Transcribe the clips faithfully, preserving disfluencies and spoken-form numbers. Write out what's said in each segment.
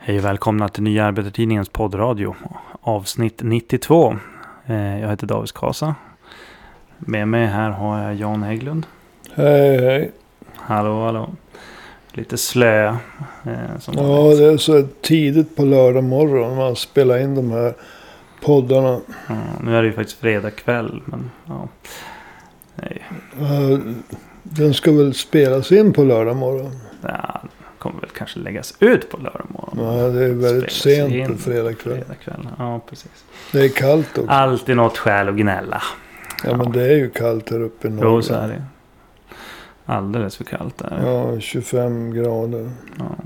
Hej och välkomna till Nya Arbetartidningens poddradio, avsnitt nittiotvå. Jag heter David Kasa. Med mig här har jag Jan Hägglund. Hej, hej. Hallå, hallå. Lite slö. Eh, som ja, det är så tidigt på lördag morgon man spelar in de här poddarna. Ja, nu är det ju faktiskt fredag kväll, men ja. Nej. Uh, den ska väl spelas in på lördag morgon? Ja, kommer väl kanske läggas ut på lördag morgon. Ja, det är väldigt sent på fredag kväll. fredag kväll. Ja, precis. Det är kallt också. Alltid något skäl att gnälla. Ja, ja, men det är ju kallt här uppe i norr. Jo, så är det. Alldeles för kallt där. Ja, tjugofem grader. Ja,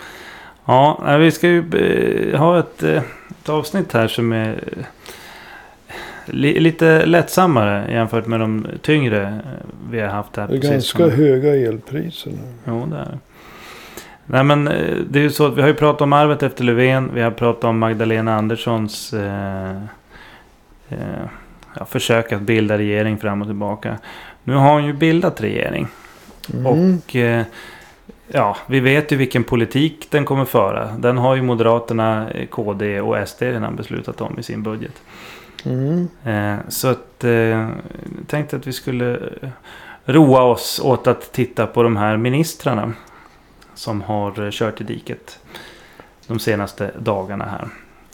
ja vi ska ju ha ett, ett avsnitt här som är li, lite lättsammare jämfört med de tyngre vi har haft här. Det är ganska höga elpriser nu. Jo, det är det. Nej, men det är ju så att vi har ju pratat om arvet efter Löfven. Vi har pratat om Magdalena Anderssons eh, eh, ja, försök att bilda regering fram och tillbaka. Nu har hon ju bildat regering. Mm. Och eh, ja, vi vet ju vilken politik den kommer föra. Den har ju Moderaterna, K D och S D redan beslutat om i sin budget. Mm. Eh, så att eh, tänkte att vi skulle roa oss åt att titta på de här ministrarna som har kört i diket de senaste dagarna här.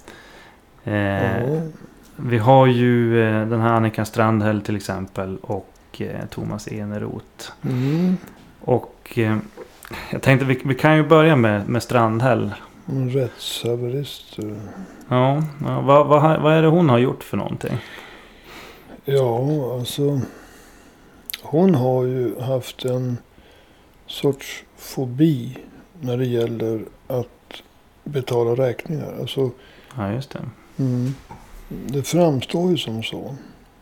Eh, mm. Vi har ju eh, den här Annika Strandhäll till exempel och eh, Thomas Eneroth. Mm. Och eh, jag tänkte vi, vi kan ju börja med, med Strandhäll. En rättshaverist. Ja, ja vad, vad, vad är det hon har gjort för någonting? Ja, alltså hon har ju haft en sorts fobi när det gäller att betala räkningar. Alltså, ja, just det. Mm, det framstår ju som så.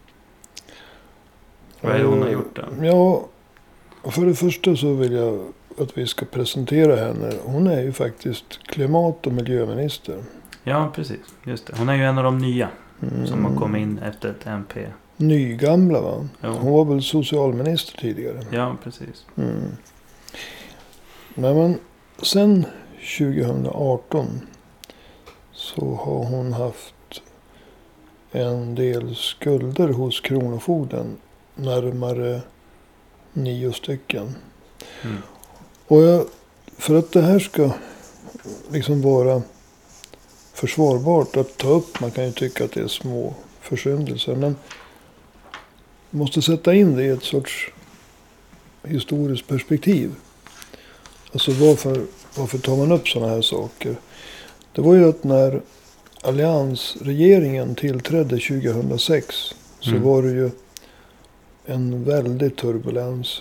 Vad är det hon har gjort då? Ja, för det första så vill jag att vi ska presentera henne. Hon är ju faktiskt klimat- och miljöminister. Ja, precis. Just det. Hon är ju en av de nya mm. som har kommit in efter ett M P. Nygamla, va? Jo. Hon var väl socialminister tidigare. Ja, precis. Mm. Nej, men sen tjugo arton så har hon haft en del skulder hos Kronofogden. Närmare nio stycken. Mm. Och jag, för att det här ska liksom vara försvarbart att ta upp. Man kan ju tycka att det är små försyndelser. Men man måste sätta in det i ett sorts historiskt perspektiv. Alltså varför, varför tar man upp sådana här saker? Det var ju att när alliansregeringen tillträdde tjugohundrasex så mm. var det ju en väldig turbulens.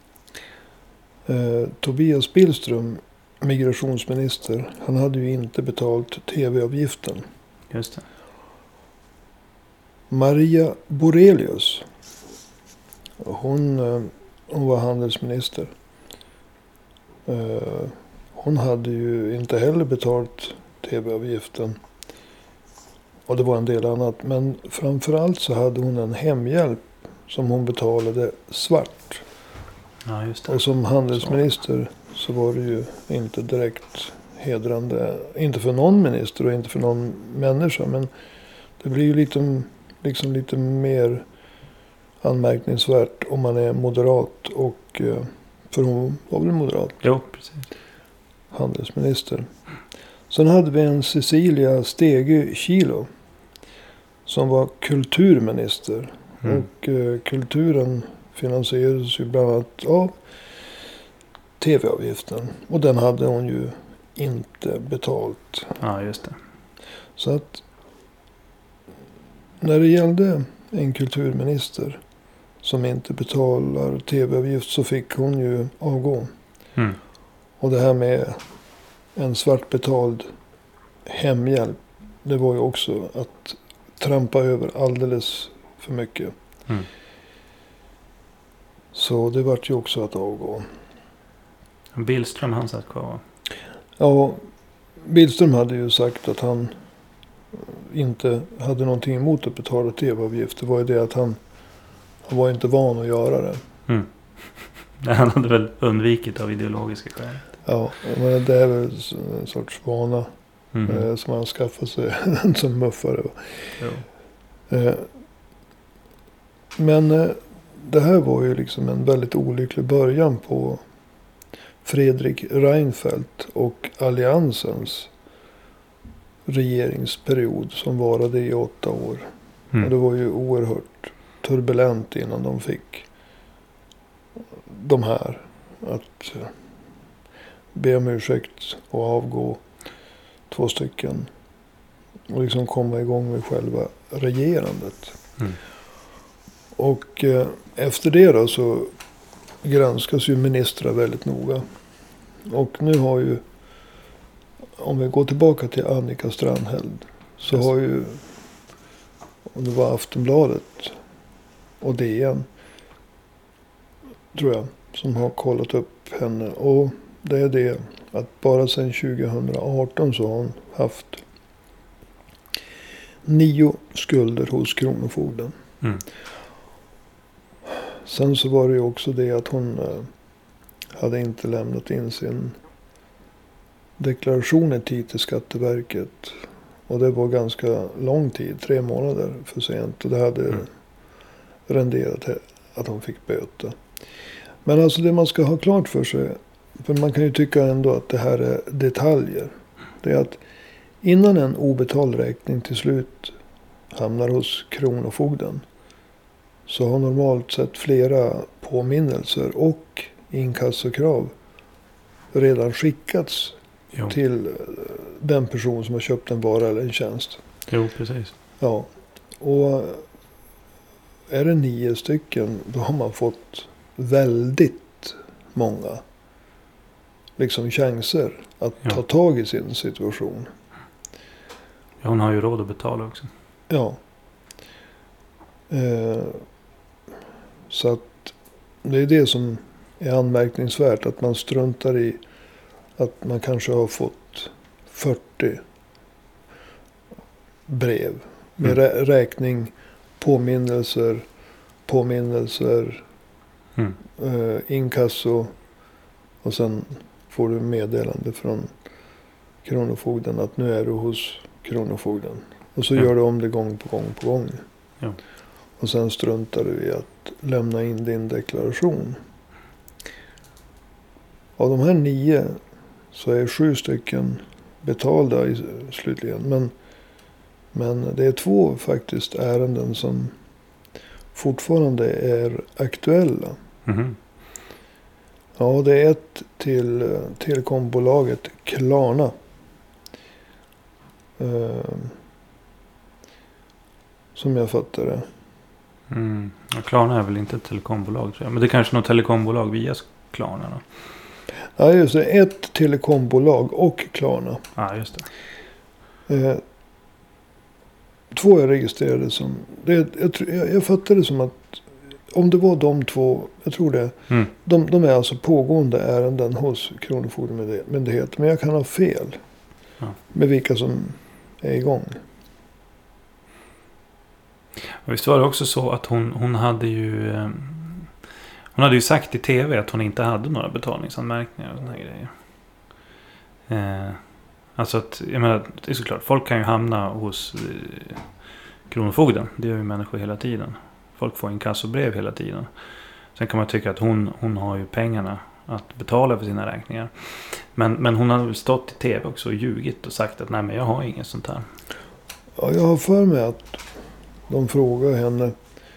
Eh, Tobias Billström, migrationsminister, han hade ju inte betalt tv-avgiften. Just det. Maria Borelius, hon, eh, hon var handelsminister. Eh, hon hade ju inte heller betalt tv-avgiften. Och det var en del annat. Men framförallt så hade hon en hemhjälp som hon betalade svart. Ja, just det. Och som handelsminister så var det ju inte direkt hedrande. Inte för någon minister och inte för någon människa. Men det blir ju lite, liksom lite mer anmärkningsvärt om man är moderat. Och, för hon var väl moderat? Jo, precis. Handelsminister. Sen hade vi en Cecilia Stege Kilo som var kulturminister. Mm. Och eh, kulturen finansierades ju bland annat av tv-avgiften. Och den hade hon ju inte betalt. Ja, just det. Så att när det gällde en kulturminister som inte betalar tv-avgift så fick hon ju avgå. Mm. Och det här med en svartbetald hemhjälp, det var ju också att trampa över alldeles för mycket. Mm. Så det vart ju också att avgå. Billström, han satt kvar. Ja, Billström hade ju sagt att han inte hade någonting emot att betala tv-avgift. Det var ju det att han, han var inte van att göra det. Mm. Han hade väl undvikit av ideologiska skäl. Ja, men det är väl en sorts vana Mm. eh, som man skaffar sig som muffare. Va? Jo. Eh, men eh, det här var ju liksom en väldigt olycklig början på Fredrik Reinfeldt och alliansens regeringsperiod som varade i åtta år. Mm. Och det var ju oerhört turbulent innan de fick de här att eh, be om ursäkt och avgå, två stycken. Och liksom komma igång med själva regerandet. Mm. Och eh, efter det då så granskas ju ministrar väldigt noga. Och nu har ju, om vi går tillbaka till Annika Strandhäll, så Yes. har ju, om det var Aftonbladet och D N, tror jag, som har kollat upp henne. Och det är det att bara sedan tjugo arton så har hon haft nio skulder hos Kronofogden. Mm. Sen så var det ju också det att hon eh, hade inte lämnat in sin deklaration i tid till Skatteverket. Och det var ganska lång tid, tre månader för sent. Och det hade Mm. renderat att hon fick böter. Men alltså det man ska ha klart för sig, för man kan ju tycka ändå att det här är detaljer. Det är att innan en obetald räkning till slut hamnar hos Kronofogden, så har normalt sett flera påminnelser och inkassokrav redan skickats Jo. till den person som har köpt en vara eller en tjänst. jo, precis. Ja, och är det nio stycken, då har man fått väldigt många liksom chanser att Ja. ta tag i sin situation. Ja, hon har ju råd att betala också. Ja. Eh, så att det är det som är anmärkningsvärt. Att man struntar i att man kanske har fått fyrtio brev. Med Mm. rä- räkning, påminnelser, påminnelser, Mm. eh, inkasso. Och sen får du meddelande från Kronofogden att nu är du hos Kronofogden. Och så Ja. gör du om det gång på gång på gång. Ja. Och sen struntar du i att lämna in din deklaration. Av de här nio så är sju stycken betalda i slutligen. Men, men det är två faktiskt ärenden som fortfarande är aktuella. Mhm. Ja, det är ett till eh, telekombolaget Klarna. Eh, som jag fattar det. Mm. Ja, Klarna är väl inte ett telekombolag, tror jag. Men det är kanske något telekombolag via Klarna då. Ja, just det. Ett telekombolag och Klarna. Ja, just det. Eh, två är registrerade som... Det, jag, tr- jag, jag fattar det som att om det var de två, jag tror det. Mm. De, de är alltså pågående ärenden hos Kronofogdemyndigheten. Men jag kan ha fel. Ja. Med vilka som är igång. Och visst var det också så att hon, hon hade ju... eh, Hon hade ju sagt i tv att hon inte hade några betalningsanmärkningar och såna här grejer. Eh, alltså att, jag menar, det är såklart, folk kan ju hamna hos eh, Kronofogden. Det gör ju människor hela tiden. Folk får inkassobrev hela tiden. Sen kan man tycka att hon, hon har ju pengarna att betala för sina räkningar. Men, men hon har väl stått i tv också och ljugit och sagt att nej, men jag har inget sånt här. Ja, jag har för mig att de frågar henne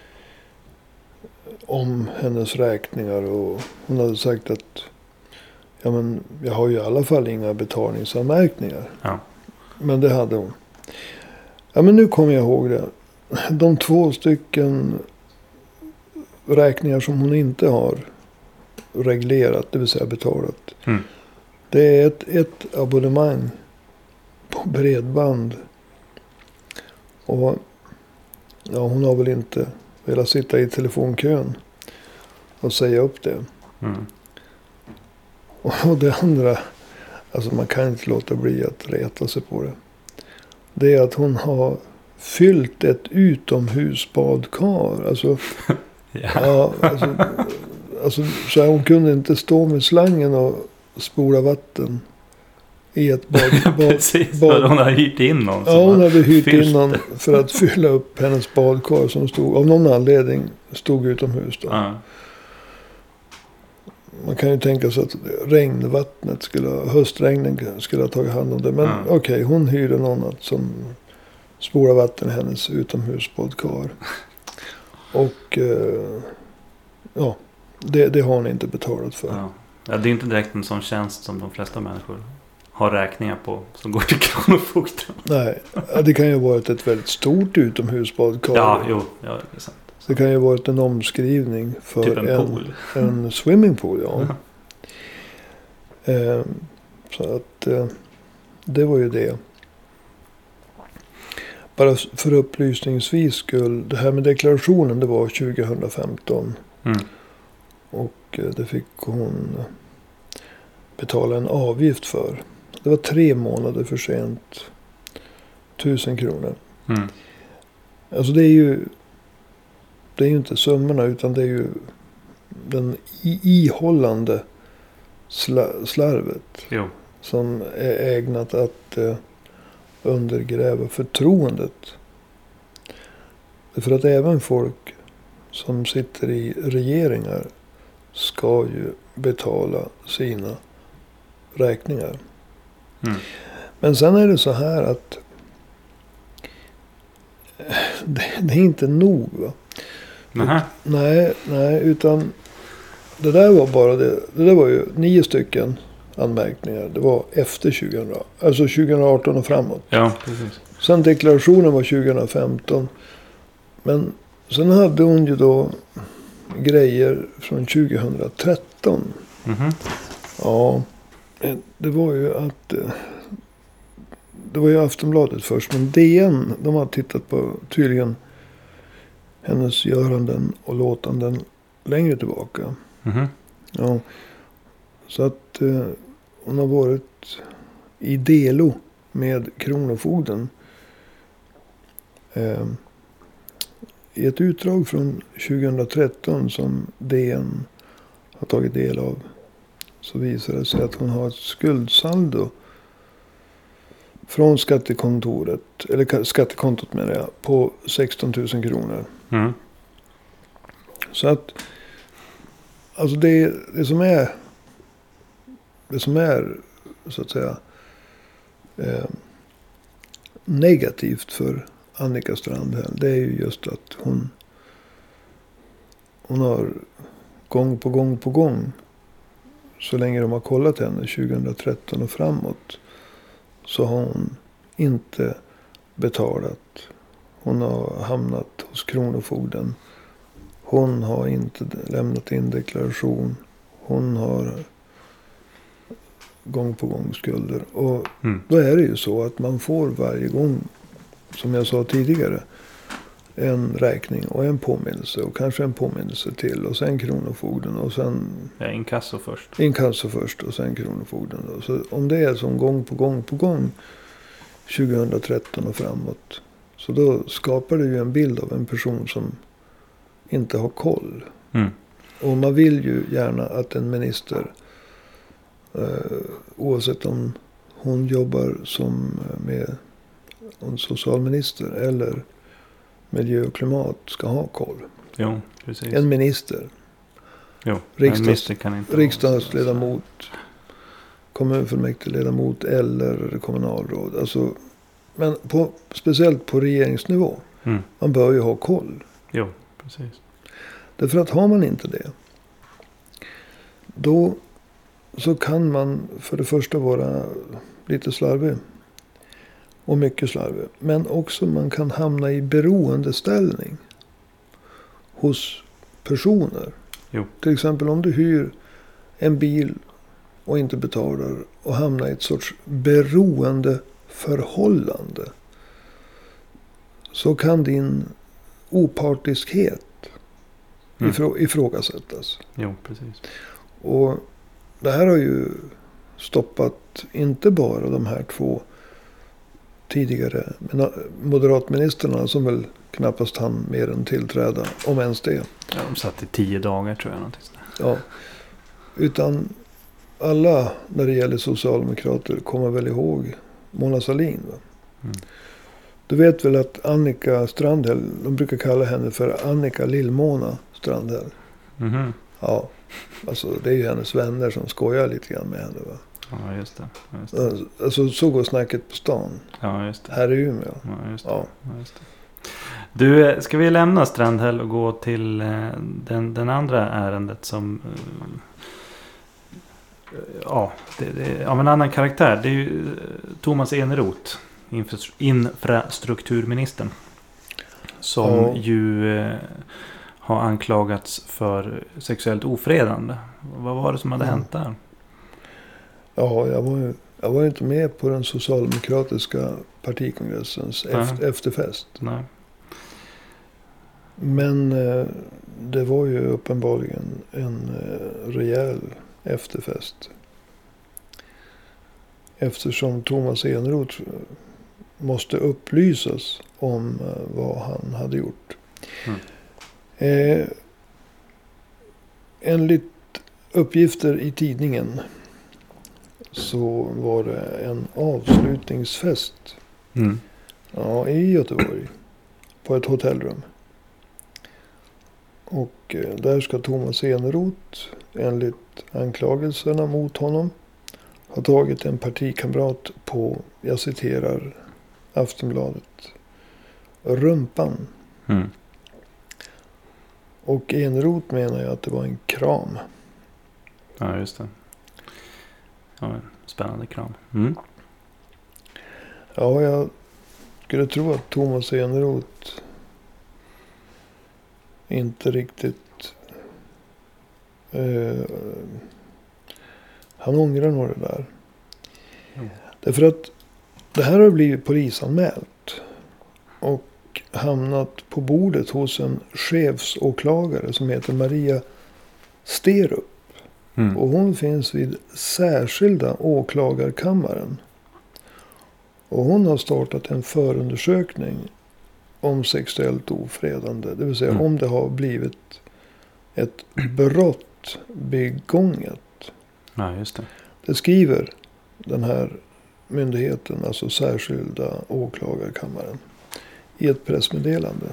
om hennes räkningar. Och hon hade sagt att ja, men jag har ju i alla fall inga betalningsanmärkningar. Ja. Men det hade hon. Ja, men nu kommer jag ihåg det. De två stycken räkningar som hon inte har reglerat, det vill säga betalat. Mm. Det är ett, ett abonnemang på bredband. Och ja, hon har väl inte velat sitta i telefonkön och säga upp det. Mm. Och det andra, alltså man kan inte låta bli att reta sig på det. Det är att hon har fyllt ett utomhusbadkar. Alltså, Ja. ja, alltså, alltså så här, hon kunde inte stå med slangen och spola vatten i ett bad. bad Precis, bad. hon har hyrt in någon. Ja, hon hade hyrt in någon det. för att fylla upp hennes badkar som stod, av någon anledning stod utomhus då. Ja. Man kan ju tänka sig att regnvattnet skulle, höstregnen skulle ha tagit hand om det. Men Ja. okej, okay, hon hyrde någon att som spola vatten i hennes utomhusbadkar. Och eh, ja, det, det har hon inte betalat för. Ja. Ja, det är inte direkt en sån tjänst som de flesta människor har räkningar på som går till Kronofogden. Nej, det kan ju ha varit ett väldigt stort utomhusbadkar. Ja, jo, ja, det är sant. Det kan ju ha varit en omskrivning för Typ en en, pool. en swimmingpool, ja. eh, så att eh, det var ju det. Bara för upplysningsvis skull, det här med deklarationen, det var tjugohundrafemton. Mm. Och eh, det fick hon betala en avgift för. Det var tre månader för sent. Tusen kronor. Mm. Alltså det är ju det är ju inte summorna utan det är ju den i- ihållande sla- slarvet Jo. som är ägnat att eh, undergräva förtroendet. För att även folk som sitter i regeringar ska ju betala sina räkningar. Mm. Men sen är det så här att det, det är inte nog, va? Nähä. Nej, nej, utan det där var bara det. Det där var ju nio stycken anmärkningar. Det var efter tjugohundra, alltså tjugohundraarton och framåt. Ja, precis. Sen deklarationen var tjugohundrafemton. Men sen hade hon ju då grejer från tjugohundratretton. Mhm. Ja, det var ju att eh, det var ju Aftonbladet först. Men D N, de har tittat på tydligen hennes göranden och låtanden längre tillbaka. Mhm. Ja, så att eh, hon har varit i delo med Kronofogden. Eh, I ett utdrag från tjugohundratretton som D N har tagit del av så visar det sig att hon har ett skuldsaldo från skattekontoret, eller skattekontot menar jag, på sexton tusen kronor. Mm. Så att alltså det, det som är det som är så att säga eh, negativt för Annika Strandhäll, det är ju just att hon hon har gång på gång på gång så länge de har kollat henne tjugohundratretton och framåt så har hon inte betalat. Hon har hamnat hos Kronofogden. Hon har inte lämnat in deklaration. Hon har gång på gång skulder. Och Mm. då är det ju så att man får varje gång, som jag sa tidigare, en räkning och en påminnelse och kanske en påminnelse till och sen Kronofogden och sen Ja, inkasso först. inkasso först och sen Kronofogden. Då. Så om det är som gång på gång på gång tjugohundratretton och framåt, så då skapar det ju en bild av en person som inte har koll. Mm. Och man vill ju gärna att en minister, eh, oavsett om hon jobbar som med en socialminister eller miljö och klimat, ska ha koll. Jo, precis. En minister, Jo, riksdags- en minister kan inte riksdagsledamot, kommunfullmäktigeledamot eller kommunalråd. Alltså, men på, speciellt på regeringsnivå. Mm. Man bör ju ha koll. Jo, precis. Därför att har man inte det, då så kan man för det första vara lite slarvig. Och mycket slarvig. Men också man kan hamna i beroendeställning hos personer. Jo. Till exempel om du hyr en bil och inte betalar och hamnar i ett sorts beroendeförhållande, så kan din opartiskhet Mm. ifrå- ifrågasättas. Jo, precis. Och det här har ju stoppat inte bara de här två tidigare moderatministrarna som väl knappast hann mer än tillträda, om ens det. Ja, de satt i tio dagar tror jag. Någonting sådär. Ja. Utan alla när det gäller socialdemokrater kommer väl ihåg Mona Sahlin, va? Mm. Du vet väl att Annika Strandhäll, de brukar kalla henne för Annika Lillmona Strandhäll. Mhm. Ja, alltså det är ju hennes vänner som skojar lite grann med henne, va? Ja, just det. Ja, just det. Alltså så går snacket på stan. Ja, just det. Här i Umeå. Ja, just det. Ja. Ja, just det. Du, ska vi lämna Strandhäll och gå till eh, den, den andra ärendet som... Eh, ja, det, det, av en annan karaktär. Det är ju eh, Thomas Eneroth, infra- infrastrukturministern. Som Ja. ju eh, har anklagats för sexuellt ofredande. Vad var det som hade Mm. hänt där? Ja, jag var ju jag var ju inte med på den socialdemokratiska partikongressens Nej. efter, efterfest. Nej. Men eh, det var ju uppenbarligen en eh, rejäl efterfest. Eftersom Thomas Eneroth måste upplysas om eh, vad han hade gjort. Mm. Eh, enligt uppgifter i tidningen så var det en avslutningsfest Mm. ja, i Göteborg på ett hotellrum. Och eh, där ska Thomas Eneroth enligt anklagelserna mot honom ha tagit en partikamrat på, jag citerar Aftonbladet, rumpan. Mm. Och Eneroth menar ju att det var en kram. Ja, just det. Ja, en spännande kram. Mm. Ja, jag skulle tro att Thomas Eneroth inte riktigt... Eh, han ångrar nog det där. Mm. Därför att det här har blivit polisanmält. Och hamnat på bordet hos en chefsåklagare som heter Maria Sterup. Mm. Och hon finns vid särskilda åklagarkammaren. Och hon har startat en förundersökning om sexuellt ofredande. Det vill säga Mm. om det har blivit ett brott begånget. Ja, just det. Det skriver den här myndigheten, alltså särskilda åklagarkammaren, i ett pressmeddelande.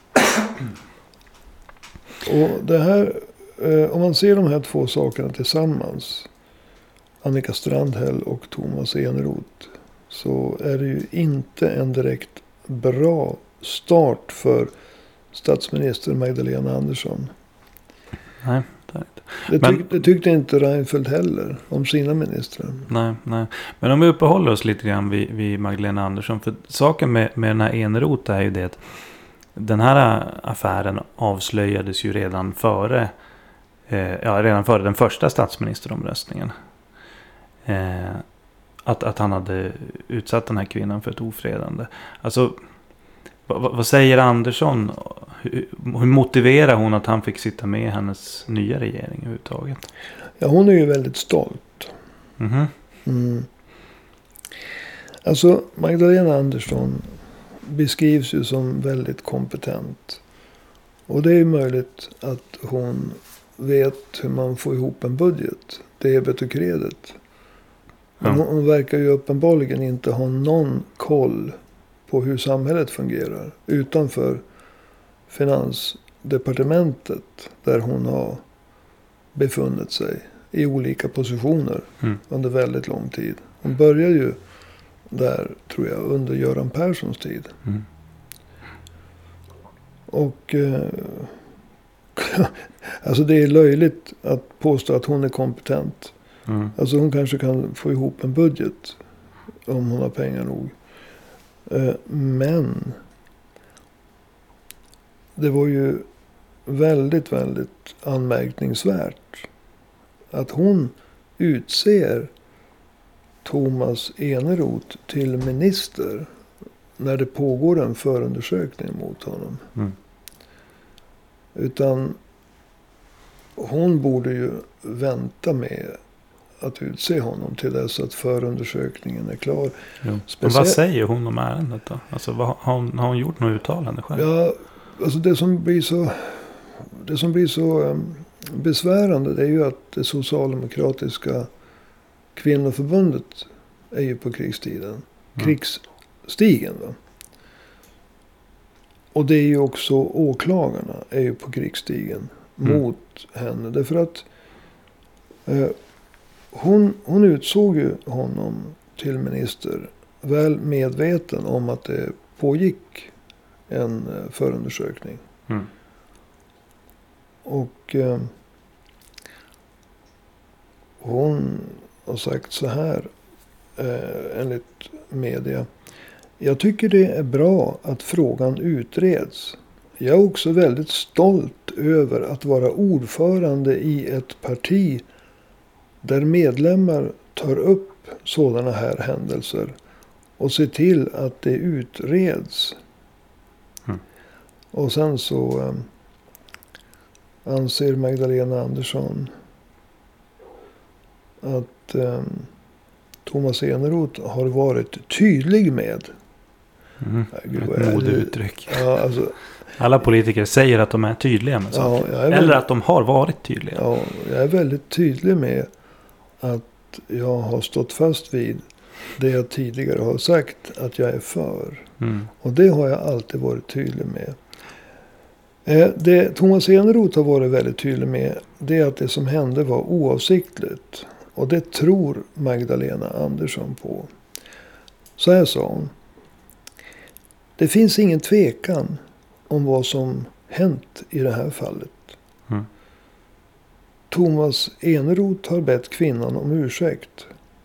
Och det här, eh, om man ser de här två sakerna tillsammans, Annika Strandhäll och Thomas Eneroth, så är det ju inte en direkt bra start för statsminister Magdalena Andersson. Nej, det är inte. Det, Men- tyck, det tyckte inte Reinfeldt heller om sina ministrar. Nej, nej. Men om vi uppehåller oss lite grann vid, vid Magdalena Andersson. För saken med, med den här Eneroth är ju det att den här affären avslöjades ju redan före, eh, ja, redan före den första statsministeromröstningen. Eh, att, att han hade utsatt den här kvinnan för ett ofredande. Alltså, vad, vad säger Andersson? Hur, hur motiverar hon att han fick sitta med i hennes nya regering överhuvudtaget? Ja, hon är ju väldigt stolt. Mhm. Mm. Alltså Magdalena Andersson beskrivs ju som väldigt kompetent. Och det är möjligt att hon vet hur man får ihop en budget. Debet och kredit. Men Ja. hon, hon verkar ju uppenbarligen inte ha någon koll på hur samhället fungerar. Utanför Finansdepartementet där hon har befunnit sig i olika positioner Mm. under väldigt lång tid. Hon började ju där, tror jag, under Göran Perssons tid. Mm. Och eh, alltså det är löjligt att påstå att hon är kompetent. Mm. Alltså hon kanske kan få ihop en budget om hon har pengar nog. Eh, men det var ju väldigt, väldigt anmärkningsvärt att hon utser Thomas Eneroth till minister när det pågår en förundersökning mot honom. Mm. Utan hon borde ju vänta med att utse honom till dess att förundersökningen är klar. Jo. Men Speciellt- vad säger hon om ärendet då? Alltså, vad, har, hon, har hon gjort något uttalande själv? Ja, alltså det som blir så, det som blir så um, besvärande det är ju att det socialdemokratiska kvinnoförbundet är ju på krigstiden. Mm. Krigsstigen. Va? Och det är ju också åklagarna är ju på krigsstigen Mm. mot henne. Därför att eh, hon, hon utsåg ju honom till minister. Väl medveten om att det pågick en eh, förundersökning. Mm. Och eh, hon har sagt så här eh, enligt media. Jag tycker det är bra att frågan utreds. Jag är också väldigt stolt över att vara ordförande i ett parti där medlemmar tar upp sådana här händelser och ser till att det utreds. Mm. Och sen så eh, anser Magdalena Andersson att eh, Thomas Eneroth har varit tydlig med. Mm. Gud, vad Ett är det? modeuttryck. Ja, alltså, Alla politiker säger att de är tydliga med saker. ja, jag är Eller väldigt, att de har varit tydliga. ja, jag är väldigt tydlig med att jag har stått fast vid det jag tidigare har sagt att jag är för. Mm. Och det har jag alltid varit tydlig med. Eh, det Thomas Eneroth har varit väldigt tydlig med, det är att det som hände var oavsiktligt. Och det tror Magdalena Andersson på. Så här sa hon. Det finns ingen tvekan om vad som hänt i det här fallet. Mm. Thomas Eneroth har bett kvinnan om ursäkt.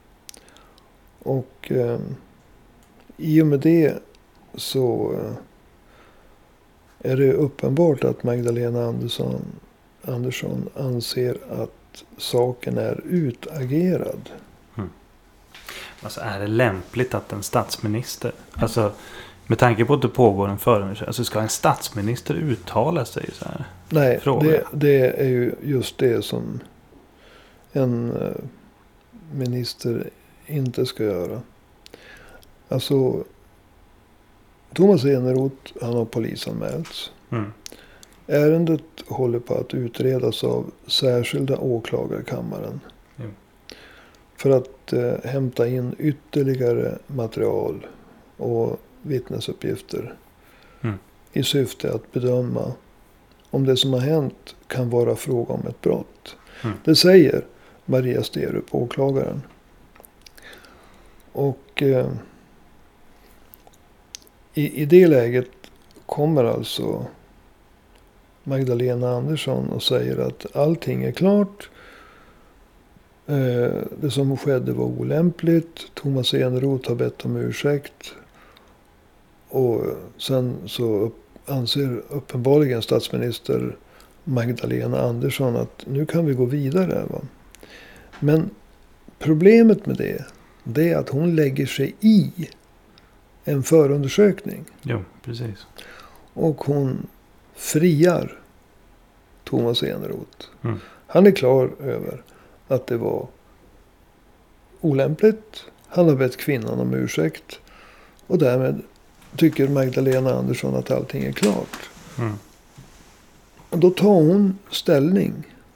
Och eh, i och med det så eh, är det uppenbart att Magdalena Andersson, Andersson anser att saken är utagerad. Alltså är det lämpligt att en statsminister, alltså med tanke på att det pågår en förundersökning, alltså ska en statsminister uttala sig så här? Nej, Fråga. det, det är ju just det som en eh, minister inte ska göra. Alltså, Thomas Eneroth, han har polisanmälts. Mm. Ärendet håller på att utredas av särskilda åklagarkammaren. Mm. För att eh, hämta in ytterligare material och vittnesuppgifter. Mm. I syfte att bedöma om det som har hänt kan vara fråga om ett brott. Mm. Det säger Maria Sterup, åklagaren. Och eh, i, i det läget kommer alltså Magdalena Andersson och säger att allting är klart. Eh, det som skedde var olämpligt. Thomas Eneroth har bett om ursäkt. Och sen så upp, anser uppenbarligen statsminister Magdalena Andersson att nu kan vi gå vidare. Va? Men problemet med det, det är att hon lägger sig i en förundersökning. Jo, precis. Och hon friar Thomas Eneroth. Mm. Han är klar över att det var olämpligt. Han har bett kvinnan om ursäkt. Och därmed tycker Magdalena Andersson att allting är klart. Mm. Och då tar hon ställning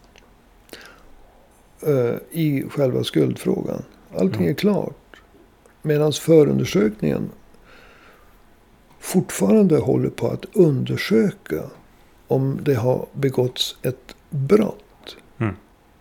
uh, i själva skuldfrågan. Allting Mm. är klart. Medan förundersökningen fortfarande håller på att undersöka om det har begåtts ett brott. Mm.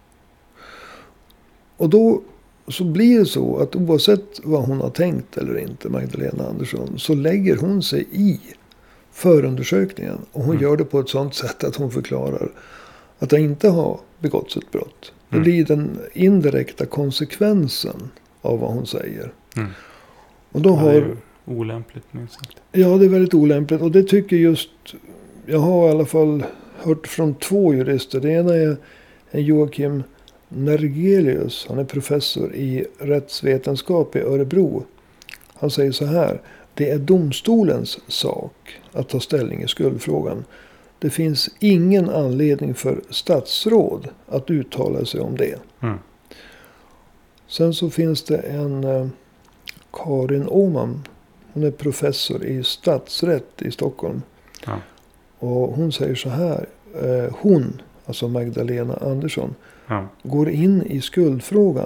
Och då så blir det så att oavsett vad hon har tänkt eller inte, Magdalena Andersson, så lägger hon sig i förundersökningen. Och hon Mm. gör det på ett sådant sätt att hon förklarar att det inte har begåtts ett brott. Det Mm. blir den indirekta konsekvensen av vad hon säger. Mm. Och då Ja, det är har... ju olämpligt minst sagt. Ja, det är väldigt olämpligt. Och det tycker just... Jag har i alla fall hört från två jurister. Det ena är en Joakim Nergelius. Han är professor i rättsvetenskap i Örebro. Han säger så här. Det är domstolens sak att ta ställning i skuldfrågan. Det finns ingen anledning för statsråd att uttala sig om det. Mm. Sen så finns det en eh, Karin Åman. Hon är professor i statsrätt i Stockholm. Ja. Och hon säger så här. Eh, hon, alltså Magdalena Andersson, Ja. går in i skuldfrågan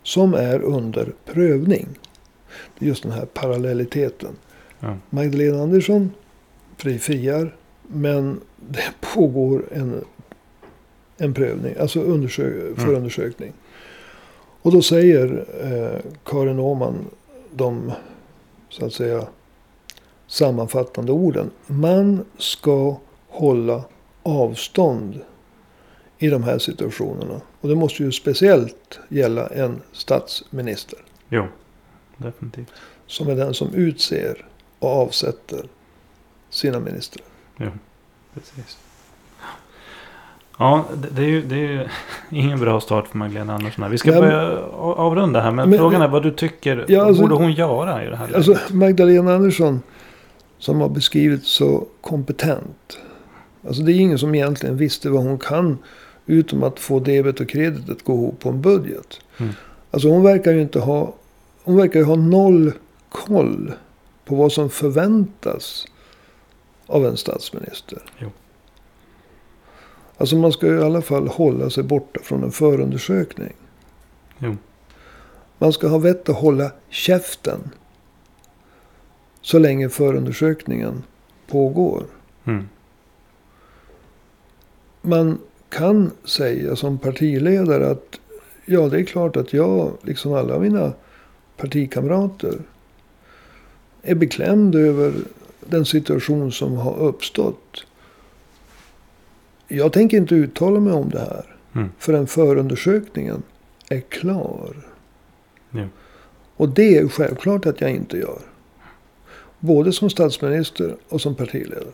som är under prövning. Det är just den här parallelliteten. Ja. Magdalena Andersson friar, men det pågår en, en prövning, alltså undersö- förundersökning. Och då säger eh, Karin Åhman de, så att säga, sammanfattande orden. Man ska hålla avstånd i de här situationerna. Och det måste ju speciellt gälla en statsminister. Jo, definitivt. Som är den som utser och avsätter sina ministrar. Jo, precis. Ja, det, det, är ju, det är ju ingen bra start för Magdalena Andersson här. Vi ska Nej, men, börja avrunda här. Men, men frågan är vad du tycker, ja, vad alltså, borde hon göra i det här läget? Alltså Magdalena Andersson, som har beskrivits så kompetent. Alltså det är ingen som egentligen visste vad hon kan. Utom att få debet och kredit att gå ihop på en budget. Mm. Alltså hon verkar ju inte ha. Hon verkar ju ha noll koll på vad som förväntas av en statsminister. Jo. Alltså man ska ju i alla fall hålla sig borta från en förundersökning. Jo. Man ska ha vett att hålla käften. Så länge förundersökningen pågår. Mm. Man kan säga som partiledare att ja, det är klart att jag, liksom alla mina partikamrater, är beklämd över den situation som har uppstått. Jag tänker inte uttala mig om det här Mm. förrän förundersökningen är klar. Jo. Och det är självklart att jag inte gör. Både som statsminister och som partiledare.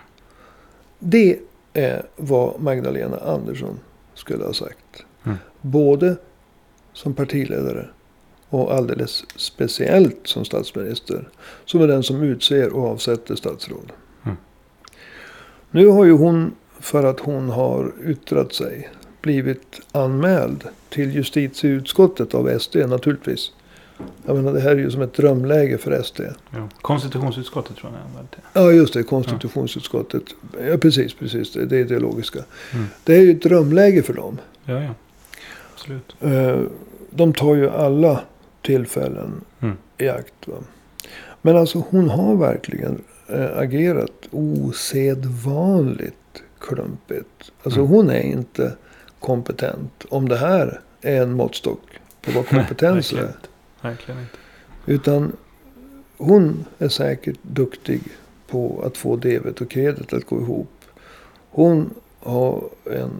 Det är vad Magdalena Andersson skulle ha sagt. Mm. Både som partiledare och alldeles speciellt som statsminister. Som är den som utser och avsätter statsråd. Mm. Nu har ju hon, för att hon har yttrat sig, blivit anmäld till justitieutskottet av S D naturligtvis. Jag menar, det här är ju som ett drömläge för S D. Jo. Konstitutionsutskottet tror jag använt det. Ja, just det. Konstitutionsutskottet. Ja, precis, precis. Det, det är det logiska. Mm. Det är ju ett drömläge för dem. Ja, ja. Absolut. Eh, De tar ju alla tillfällen Mm. i akt. Va? Men alltså hon har verkligen äh, agerat osedvanligt klumpigt. Alltså Mm. hon är inte kompetent. Om det här är en måttstock på vad kompetens Verkligen är. inte. Verkligen inte. Utan hon är säkert duktig på att få debet och kredit att gå ihop. Hon har en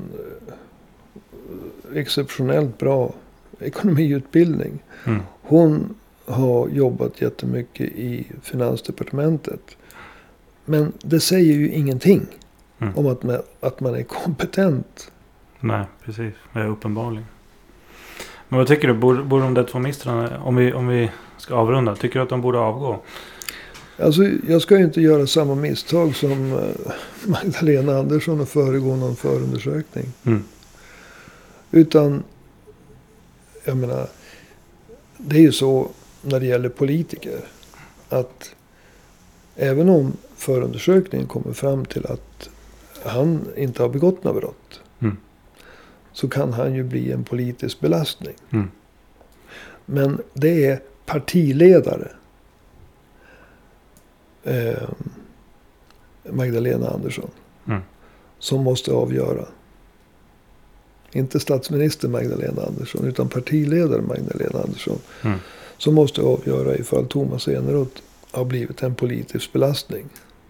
exceptionellt bra ekonomiutbildning. Mm. Hon har jobbat jättemycket i Finansdepartementet. Men det säger ju ingenting Mm. om att man, att man är kompetent. Nej, precis. Ja, uppenbarligen. Men vad tycker du? Borde, borde de där två ministrarna, om vi, om vi ska avrunda, tycker du att de borde avgå? Alltså, jag ska ju inte göra samma misstag som eh, Magdalena Andersson och föregå någon förundersökning. Mm. Utan, jag menar, det är ju så när det gäller politiker. Att även om förundersökningen kommer fram till att han inte har begått något brott. Mm. Så kan han ju bli en politisk belastning. Mm. Men det är partiledare. Eh, Magdalena Andersson. Mm. Som måste avgöra. Inte statsminister Magdalena Andersson. Utan partiledare Magdalena Andersson. Mm. Som måste avgöra ifall Thomas Eneroth har blivit en politisk belastning.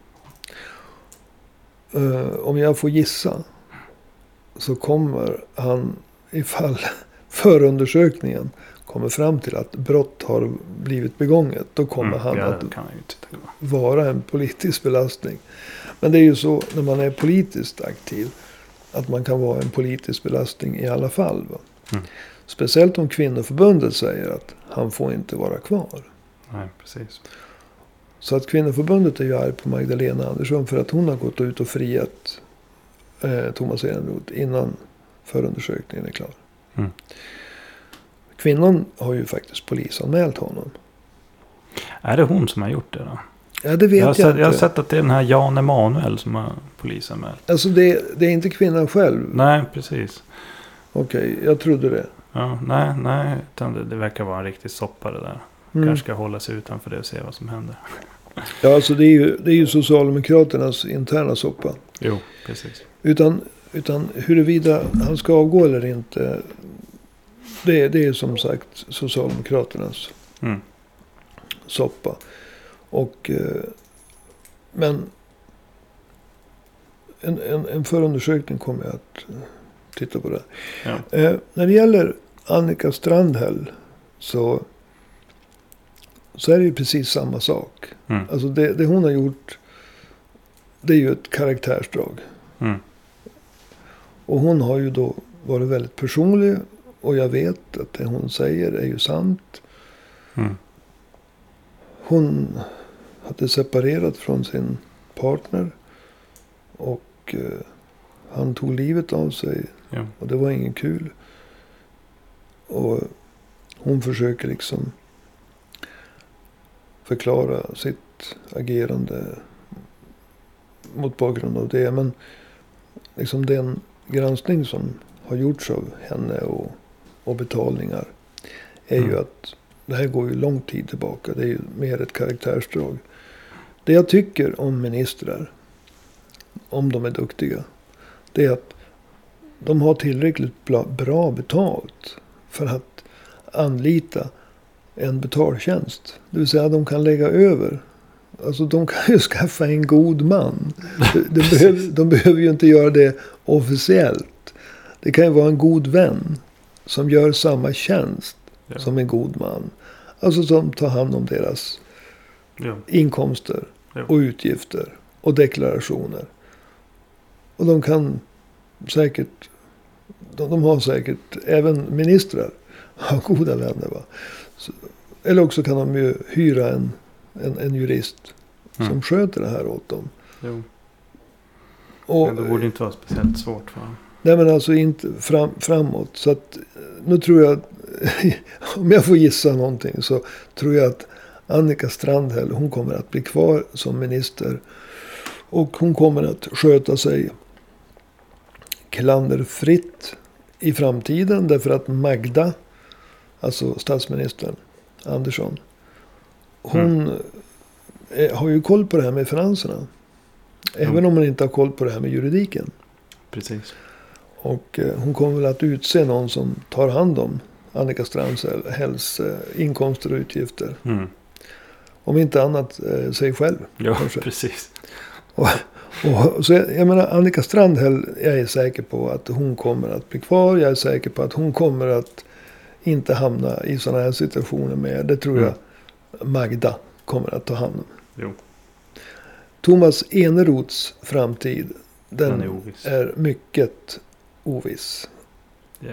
Uh, om jag får gissa. Så kommer han, ifall förundersökningen kommer fram till att brott har blivit begånget. Då kommer Mm. han Ja, att det kan jag ju inte tänka mig. vara en politisk belastning. Men det är ju så när man är politiskt aktiv. Att man kan vara en politisk belastning i alla fall. Va? Mm. Speciellt om kvinnoförbundet säger att han får inte vara kvar. Nej, precis. Så att kvinnoförbundet är ju arg på Magdalena Andersson för att hon har gått ut och friat eh, Thomas Eneroth innan förundersökningen är klar. Mm. Kvinnan har ju faktiskt polisanmält honom. Är det hon som har gjort det då? Ja, det vet Jag har, jag, sett, inte. jag har sett att det är den här Jan Emanuel som har polisanmält. Alltså det, det är inte kvinnan själv. Nej, precis. Okej, jag trodde det. Ja, nej, nej. Utan det, det verkar vara en riktig soppa det där. Mm. Kanske ska hålla sig utanför det och se vad som händer. Ja, alltså det är ju, det är ju Socialdemokraternas interna soppa. Jo, precis. Utan, utan huruvida han ska avgå eller inte. Det, det är som sagt Socialdemokraternas Mm. soppa. Och, eh, men en, en, en förundersökning kommer jag att titta på det. Ja. Eh, när det gäller Annika Strandhäll så, så är det ju precis samma sak. Mm. Alltså det, det hon har gjort, det är ju ett karaktärsdrag. Mm. Och hon har ju då varit väldigt personlig. Och jag vet att det hon säger är ju sant. Mm. Hon hade separerat från sin partner. Och eh, han tog livet av sig. Ja. Och det var ingen kul. Och hon försöker liksom förklara sitt agerande mot bakgrund av det. Men liksom den granskning som har gjorts av henne och, och betalningar är Mm. ju att det här går ju lång tid tillbaka. Det är ju mer ett karaktärsdrag. Det jag tycker om ministrar, om de är duktiga, det är att de har tillräckligt bra, bra betalt för att anlita en betaltjänst. Det vill säga att de kan lägga över. Alltså de kan ju skaffa en god man. De, de, behöver, de behöver ju inte göra det officiellt. Det kan ju vara en god vän som gör samma tjänst Ja. som en god man. Alltså som tar hand om deras Ja. inkomster Ja. och utgifter och deklarationer. Och de kan säkert, de, de har säkert, även ministrar har goda vänner. Va? Så, eller också kan de ju hyra en, en, en jurist Mm. som sköter det här åt dem. Jo. Och, Men det borde inte vara speciellt svårt för dem. nej men alltså inte fram, framåt. Så att nu tror jag, om jag får gissa någonting så tror jag att Annika Strandhäll, hon kommer att bli kvar som minister. Och hon kommer att sköta sig klanderfritt i framtiden. Därför att Magda, alltså statsministern Andersson, hon Mm. är, har ju koll på det här med finanserna. Även Mm. om hon inte har koll på det här med juridiken. Precis. Och eh, hon kommer väl att utse någon som tar hand om Annika Strandhälls eh, inkomster och utgifter. Mm. Om inte annat eh, sig själv. Ja, kanske. precis. Och, och, så jag, jag menar Annika Strandhäll, jag är säker på att hon kommer att bli kvar. Jag är säker på att hon kommer att inte hamna i sådana här situationer mer. Det tror Mm. jag Magda kommer att ta hand om. Jo. Thomas Eneroths framtid, den, Den är oviss. är mycket oviss. Yeah.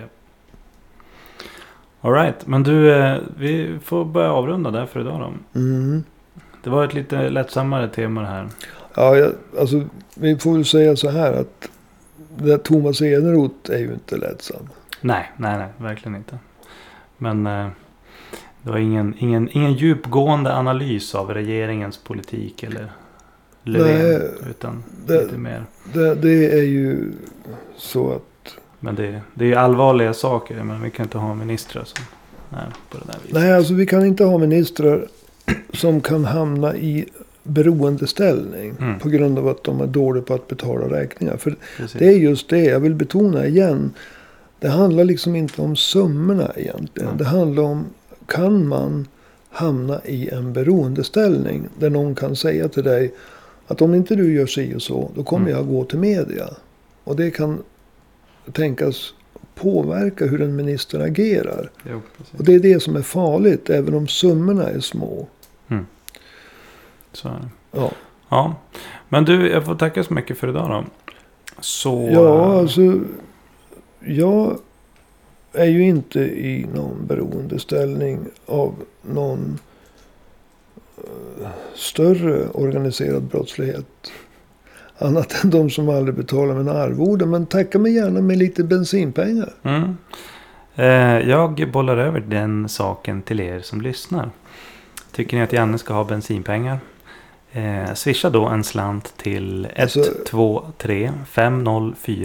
All right. Men du, eh, vi får börja avrunda där för idag då. Mm. Det var ett lite lättsammare tema det här. Ja, jag, alltså vi får väl säga så här att det där Thomas Eneroth är ju inte lättsam. Nej, nej, nej. Verkligen inte. Men eh, det var ingen, ingen, ingen djupgående analys av regeringens politik eller Löfven. Nej, utan det- lite mer. Det, det är ju så att Men det, det är ju allvarliga saker. Men vi kan inte ha ministrar som är på det där viset. nej, alltså vi kan inte ha ministrar som kan hamna i beroendeställning Mm. på grund av att de är dåliga på att betala räkningar. För Precis. det är just det jag vill betona igen. Det handlar liksom inte om summorna egentligen. Mm. Det handlar om, kan man hamna i en beroendeställning där någon kan säga till dig att om inte du gör si och så, då kommer Mm. jag gå till media. Och det kan tänkas påverka hur en minister agerar. Jo, precis. Och det är det som är farligt, även om summorna är små. Så är det. Ja, Ja. Men du, jag får tacka så mycket för idag då. Så... ja alltså, jag är ju inte i någon beroendeställning av någon eh, större organiserad brottslighet. Annat än de som aldrig betalar mina arvoden. Men tacka mig gärna med lite bensinpengar. Mm. Eh, jag bollar över den saken till er som lyssnar. Tycker ni att Janne ska ha bensinpengar? Eh, swisha då en slant till Alltså- ett två tre fem noll fyra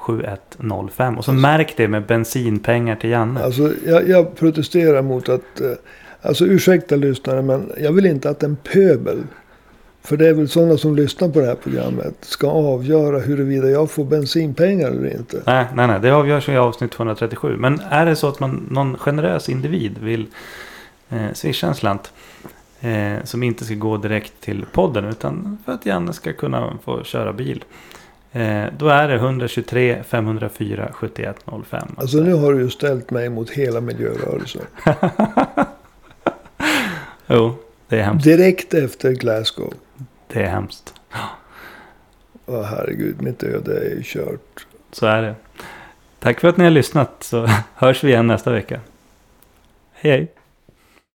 sju ett noll fem. Och så märk det med bensinpengar till Janne. Alltså jag, jag protesterar mot att... Eh, alltså ursäkta lyssnare, men jag vill inte att en pöbel... För det är väl sådana som lyssnar på det här programmet ska avgöra huruvida jag får bensinpengar eller inte. Nej, nej, nej. Det avgörs i avsnitt tvåhundratrettiosju. Men är det så att man, någon generös individ vill eh, swisha en slant eh, som inte ska gå direkt till podden utan för att Janne ska kunna få köra bil. Eh, då är det ett två tre fem noll fyra sju ett noll fem. Alltså nu har du ju ställt mig mot hela miljörörelsen. Jo, det är hemskt. Direkt efter Glasgow. Det är hemskt. Åh herregud, mitt öde är ju kört. Så är det. Tack för att ni har lyssnat, så hörs vi igen nästa vecka. Hej hej.